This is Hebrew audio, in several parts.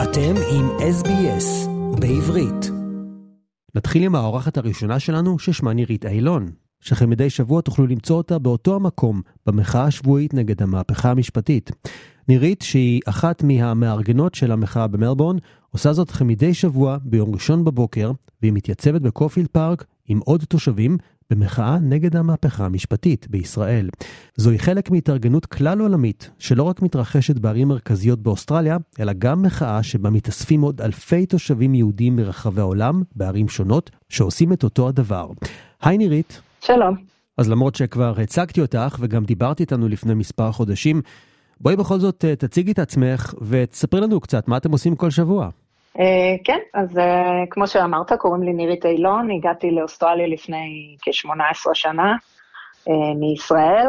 אתם עם SBS בעברית. נתחיל עם האורחת הראשונה שלנו ששמה נירית אילון, שכם מדי שבוע תוכלו למצוא אותה באותו המקום, במחאה השבועית נגד המהפכה המשפטית. נירית, שהיא אחת מהמארגנות של המחאה במלבורן, עושה זאת מדי שבוע ביום ראשון בבוקר, והיא מתייצבת בקופיל פארק עם עוד תושבים במחאה נגד המהפכה המשפטית בישראל. זוהי חלק מהתארגנות כלל עולמית, שלא רק מתרחשת בערים מרכזיות באוסטרליה, אלא גם מחאה שבה מתאספים עוד אלפי תושבים יהודים מרחבי העולם, בערים שונות, שעושים את אותו הדבר. היי נירית. שלום. אז למרות שכבר הצגתי אותך וגם דיברתי איתנו לפני מספר חודשים, בואי בכל זאת תציגי את עצמך ותספרי לנו קצת מה אתם עושים כל שבוע. כן, אז כמו שאמרת, קוראים לי נירית אילון, הגעתי לאוסטרליה לפני כ-18 שנה מישראל.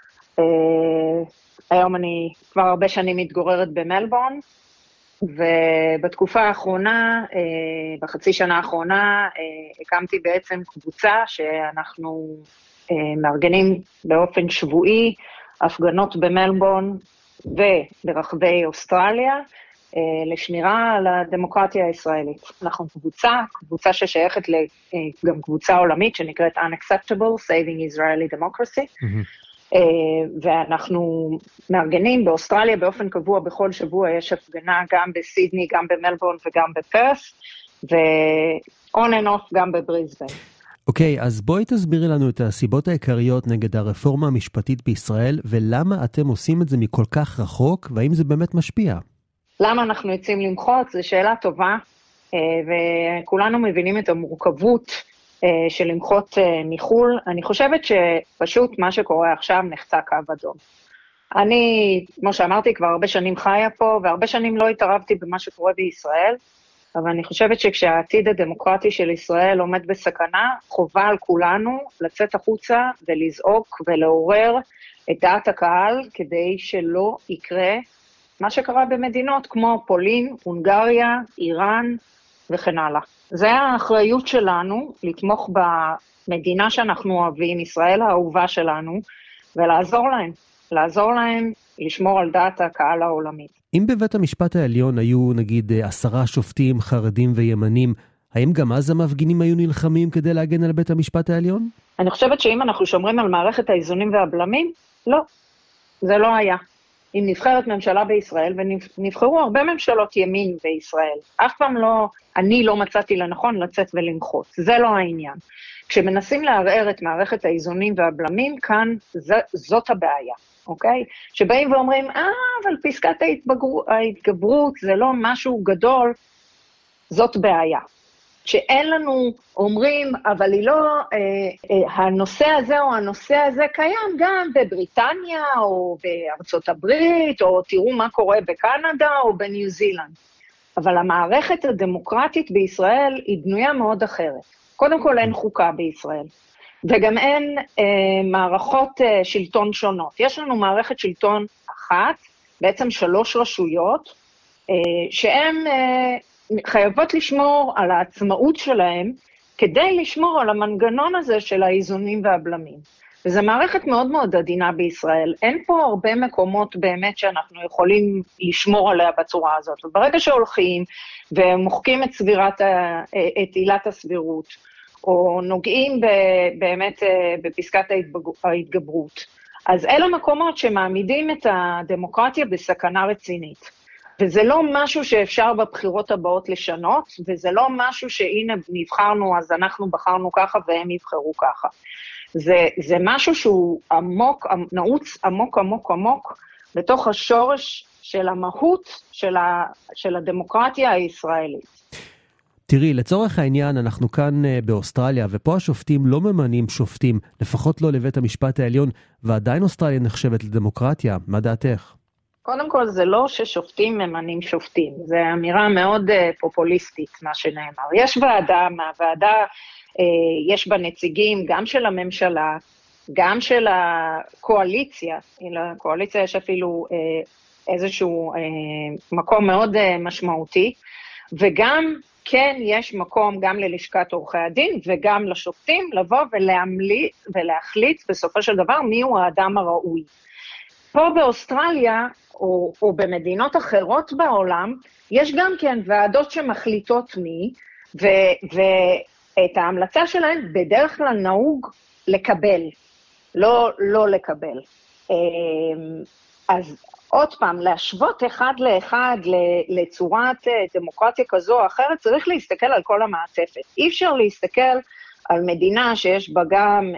היום אני כבר הרבה שנים מתגוררת במלבורן, ובתקופה האחרונה, בחצי שנה האחרונה, הקמתי בעצם קבוצה שאנחנו מארגנים באופן שבועי, הפגנות במלבורן וברחבי אוסטרליה, לשמירה על הדמוקרטיה הישראלית. אנחנו קבוצה ששייכת גם קבוצה עולמית שנקראת Unacceptable, Saving Israeli Democracy, ואנחנו מארגנים באוסטרליה באופן קבוע, בכל שבוע יש הפגנה גם בסידני, גם במלבורן וגם בפרת' ו-on and off גם בבריסבן. אוקיי, אז בואי תסבירי לנו את הסיבות העיקריות נגד הרפורמה המשפטית בישראל, ולמה אתם עושים את זה מכל כך רחוק, והאם זה באמת משפיע? למה אנחנו יוצאים למחות? זו שאלה טובה, וכולנו מבינים את המורכבות של למחות מחול. אני חושבת שפשוט מה שקורה עכשיו נחצה קו אדום. אני, כמו שאמרתי, כבר הרבה שנים חיה פה, והרבה שנים לא התערבתי במה שקורה בישראל, אבל אני חושבת שכשהעתיד הדמוקרטי של ישראל עומד בסכנה, חובה על כולנו לצאת החוצה ולזעוק ולעורר את דעת הקהל, כדי שלא יקרה מה שקרה במדינות כמו פולין, הונגריה, איראן וכן הלאה. זה האחריות שלנו לתמוך במדינה שאנחנו אוהבים, ישראל האהובה שלנו, לעזור להם לשמור על דעת הקהל העולמית. אם בבית המשפט העליון היו נגיד 10 שופטים חרדים וימנים, האם גם אז המפגינים היו נלחמים כדי להגן על בית המשפט העליון? אני חושבת שאם אנחנו שומרים על מערכת האיזונים והבלמים, לא, זה לא היה. אם נבחרת ממשלה בישראל, ונבחרו הרבה ממשלות ימין בישראל, אף פעם לא, אני לא מצאתי לנכון לצאת ולמחות, זה לא העניין. כשמנסים לערער את מערכת האיזונים והבלמים, כאן זאת הבעיה, אוקיי? שבאים ואומרים, אבל פסקת ההתגברות זה לא משהו גדול, זאת בעיה. שאין לנו אומרים, אבל היא לא, הנושא הזה או הנושא הזה קיים גם בבריטניה או בארצות הברית, או תראו מה קורה בקנדה או בניו זילנד. אבל המערכת הדמוקרטית בישראל היא בנויה מאוד אחרת. קודם כל אין חוקה בישראל, וגם אין מערכות שלטון שונות. יש לנו מערכת שלטון אחת, בעצם 3 רשויות, שהן חייבות לשמור על העצמאות שלהם, כדי לשמור על המנגנון הזה של האיזונים והבלמים. וזו מערכת מאוד מאוד עדינה בישראל. אין פה הרבה מקומות באמת שאנחנו יכולים לשמור עליה בצורה הזאת. וברגע שהולכים ומוחקים את עילת הסבירות, או נוגעים באמת בפסקת ההתגברות, אז אלה מקומות שמעמידים את הדמוקרטיה בסכנה רצינית. וזה לא משהו שאפשר בבחירות הבאות לשנות, וזה לא משהו שהנה נבחרנו, אז אנחנו בחרנו ככה והם יבחרו ככה. זה משהו שהוא עמוק, נעוץ עמוק עמוק עמוק, בתוך השורש של המהות של הדמוקרטיה הישראלית. תראי, לצורך העניין אנחנו כאן באוסטרליה, ופה השופטים לא ממנים שופטים, לפחות לא לבית המשפט העליון, ועדיין אוסטרליה נחשבת לדמוקרטיה. מה דעתך? קודם כל, זה לא ששופטים ממנים שופטים, זה אמירה מאוד פופוליסטית, מה שנאמר. יש ועדה, מהוועדה יש בה נציגים גם של הממשלה, גם של הקואליציה, לקואליציה יש אפילו איזשהו מקום מאוד משמעותי, וגם כן יש מקום גם ללשכת עורכי הדין, וגם לשופטים לבוא ולהחליט בסופו של דבר מיהו האדם הראוי. פה באוסטרליה, או במדינות אחרות בעולם, יש גם כן ועדות שמחליטות מי, ואת ההמלצה שלהן בדרך כלל נהוג לקבל, לא לקבל. אז עוד פעם, להשוות אחד לאחד לצורת דמוקרטיה כזו או אחרת, צריך להסתכל על כל המעטפת. אי אפשר להסתכל על מדינה שיש בה גם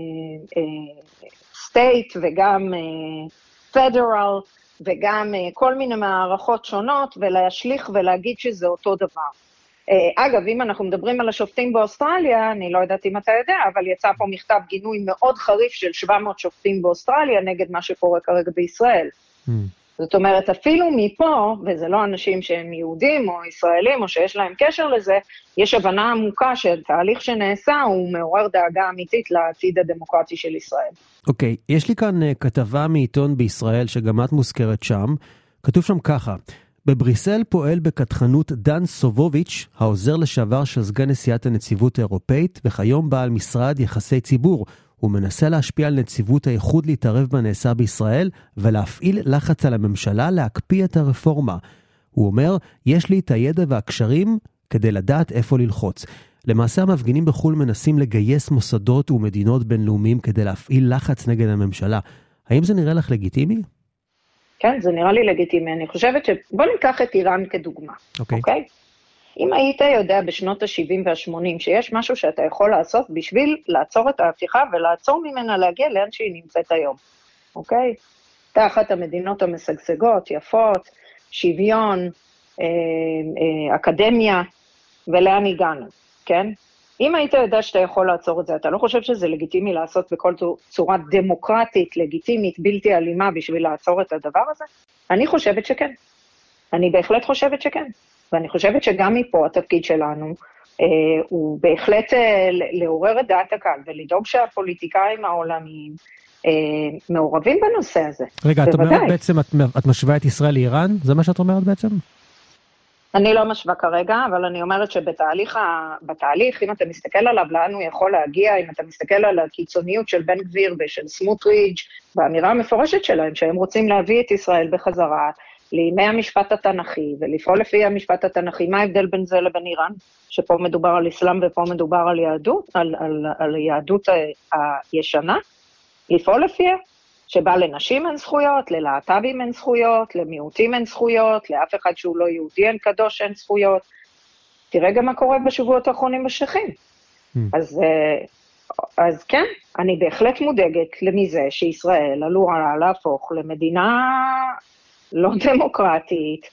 state וגם federal וגם כל מיני מערכות שונות, ולהשליך ולהגיד שזה אותו דבר. אגב, אם אנחנו מדברים על השופטים באוסטרליה, אני לא יודעת אם אתה יודע, אבל יצא פה מכתב גינוי מאוד חריף של 700 שופטים באוסטרליה, נגד מה שקורה כרגע בישראל. זאת אומרת, אפילו מפה, וזה לא אנשים שהם יהודים או ישראלים, או שיש להם קשר לזה, יש הבנה עמוקה שהתהליך שנעשה הוא מעורר דאגה אמיתית לעתיד הדמוקרטי של ישראל. אוקיי, יש לי כאן כתבה מעיתון בישראל, שגם את מוזכרת שם, כתוב שם ככה, בבריסל פועל בכתחנות דן סובוביץ', העוזר לשעבר של סגן נשיאת הנציבות האירופאית, וכיום בעל משרד יחסי ציבור, הוא מנסה להשפיע על נציבות האיחוד להתערב בנעשה בישראל, ולהפעיל לחץ על הממשלה להקפיא את הרפורמה. הוא אומר, יש לי את הידע והקשרים כדי לדעת איפה ללחוץ. למעשה המפגינים בחול מנסים לגייס מוסדות ומדינות בינלאומיים כדי להפעיל לחץ נגד הממשלה. האם זה נראה לך לגיטימי? כן, זה נראה לי לגיטימי. אני חושבת בוא ניקח את איראן כדוגמה. אוקיי? אם היית יודע בשנות ה-70 וה-80 שיש משהו שאתה יכול לעשות בשביל לעצור את ההפיכה ולעצור ממנה להגיע לאן שהיא נמצאת היום. אוקיי? תחת המדינות המשגשגות, יפות, שוויון, אקדמיה, ולאן הגענו, כן? אם היית יודע שאתה יכול לעצור את זה, אתה לא חושב שזה לגיטימי לעשות בכל צורה דמוקרטית, לגיטימית, בלתי אלימה בשביל לעצור את הדבר הזה? אני חושבת שכן. אני בהחלט חושבת שכן. ואני חושבת שגם מפה התפקיד שלנו, הוא בהחלט לעורר את דעת הקהל, ולדאוג שהפוליטיקאים העולמיים מעורבים בנושא הזה. רגע, את אומרת בעצם, את משווה את ישראל לאיראן? זה מה שאת אומרת בעצם? אני לא משווה כרגע, אבל אני אומרת שבתהליך, אם אתה מסתכל עליו, לאן הוא יכול להגיע, אם אתה מסתכל על הקיצוניות של בן גביר ושל סמוטריץ', באמירה המפורשת שלהם, שהם רוצים להביא את ישראל בחזרה, לימי המשפט התנ"כי, ולפעול לפי המשפט התנ"כי, מה ההבדל בין זה לבין איראן? שפה מדובר על אסלאם ופה מדובר על יהדות, על יהדות הישנה, לפעול לפיה, שבה לנשים אין זכויות, ללהט"בים אין זכויות, למיעוטים אין זכויות, לאף אחד שהוא לא יהודי אין קדוש אין זכויות. תראה גם מה קורה בשבועות האחרונים בשטחים. אז כן, אני בהחלט מודאגת למזה שישראל עלולה להפוך למדינה לא דמוקרטית,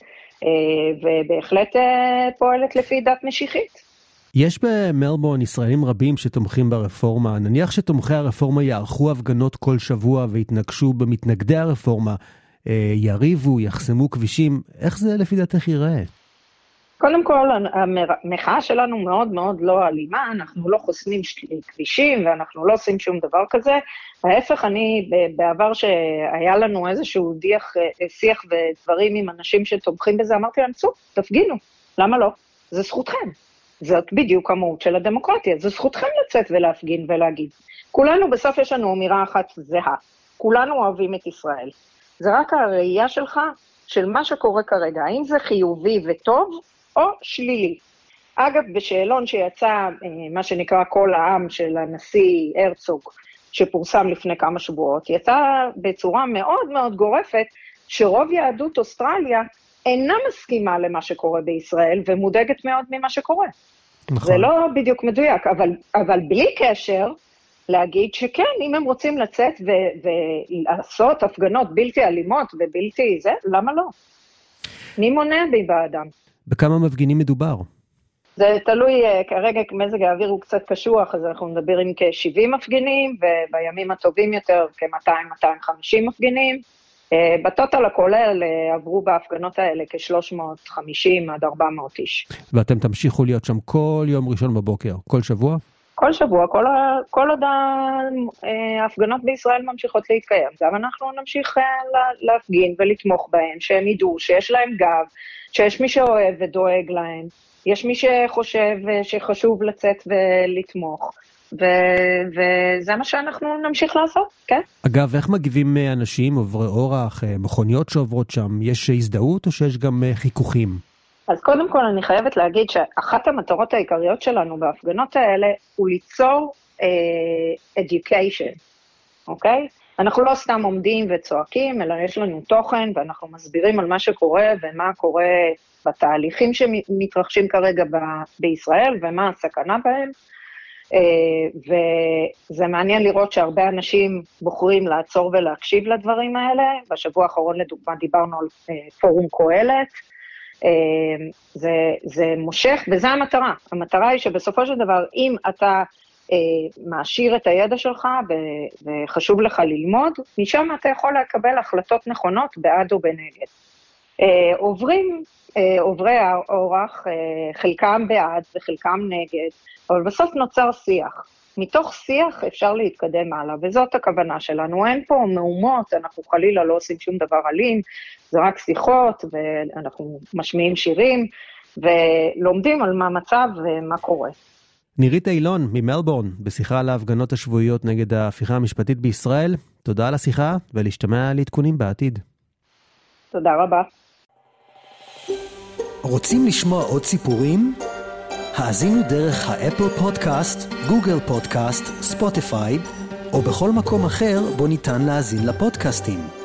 ובהחלט פועלת לפי דת משיחית. יש במלבורן ישראלים רבים שתומכים ברפורמה. נניח שתומכי הרפורמה יערכו הפגנות כל שבוע והתנגשו במתנגדי הרפורמה, יריבו, יחסמו כבישים. איך זה לפי דעתך ייראה? קודם כל, המחאה שלנו מאוד מאוד לא אלימה, אנחנו לא חוסמים כבישים ואנחנו לא עושים שום דבר כזה. ההפך, אני בעבר שהיה לנו איזשהו שיח ודברים עם אנשים שתומכים בזה, אמרתי להם, תפגינו, למה לא? זה זכותכם. זאת בדיוק המהות של הדמוקרטיה, זו זכותכם לצאת ולהפגין ולהגיד. כולנו בסוף יש לנו אמירה אחת זהה, כולנו אוהבים את ישראל. זה רק הראייה שלך של מה שקורה כרגע, האם זה חיובי וטוב או שלילי. אגב, בשאלון שיצא מה שנקרא כל העם של הנשיא הרצוג, שפורסם לפני כמה שבועות, יצא בצורה מאוד מאוד גורפת, שרוב יהדות אוסטרליה אינה מסכימה למה שקורה בישראל, ומודאגת מאוד ממה שקורה. נכון. זה לא בדיוק מדויק, אבל בלי קשר, להגיד שכן, אם הם רוצים לצאת ולעשות הפגנות בלתי אלימות ובלתי זה, למה לא? מי מונע בי באדם? בכמה מפגינים מדובר? זה תלוי, כרגע מזג האוויר הוא קצת קשוח, אז אנחנו מדברים כ-70 מפגינים, ובימים הטובים יותר כ-200-250 מפגינים. בטוטל הכולל עברו בהפגנות האלה כ-350 עד 400 איש. ואתם תמשיכו להיות שם כל יום ראשון בבוקר, כל שבוע? כל שבוע, כל עוד ההפגנות בישראל ממשיכות להתקיים. גם אנחנו נמשיך להפגין ולתמוך בהם, שהם ידעו שיש להם גב, שיש מי שאוהב ודואג להם, יש מי שחושב שחשוב לצאת ולתמוך. וזה מה שאנחנו נמשיך לעשות, כן? אגב, איך מגיבים אנשים, עוברי אורח, מכוניות שעוברות שם? יש הזדהות או שיש גם חיכוכים? אז קודם כל אני חייבת להגיד שאחת המטרות העיקריות שלנו בהפגנות האלה הוא ליצור education, אוקיי? אנחנו לא סתם עומדים וצועקים, אלא יש לנו תוכן ואנחנו מסבירים על מה שקורה ומה קורה בתהליכים שמתרחשים כרגע בישראל ומה הסכנה בהם. וזה מעניין לראות שהרבה אנשים בוחרים לעצור ולהקשיב לדברים האלה. בשבוע האחרון לדוגמה דיברנו על פורום קהלת. זה מושך, וזה המטרה. המטרה היא שבסופו של דבר, אם אתה מעשיר את הידע שלך וחשוב לך ללמוד, משם אתה יכול לקבל החלטות נכונות בעד או בנגד. עוברי האורח, חלקם בעד וחלקם נגד, אבל בסוף נוצר שיח. מתוך שיח אפשר להתקדם הלאה, וזאת הכוונה שלנו. אין פה מהומות, אנחנו חלילה לא עושים שום דבר אלים, זה רק שיחות, ואנחנו משמיעים שירים, ולומדים על מה מצב ומה קורה. נירית אילון ממלבורן, בשיחה על ההפגנות השבועיות נגד ההפיכה המשפטית בישראל. תודה על השיחה, ולהשתמע לעדכונים בעתיד. תודה רבה. רוצים לשמוע עוד סיפורים? האזינו דרך האפל פודקאסט, גוגל פודקאסט, ספוטיפיי, או בכל מקום אחר בו ניתן להאזין לפודקאסטים.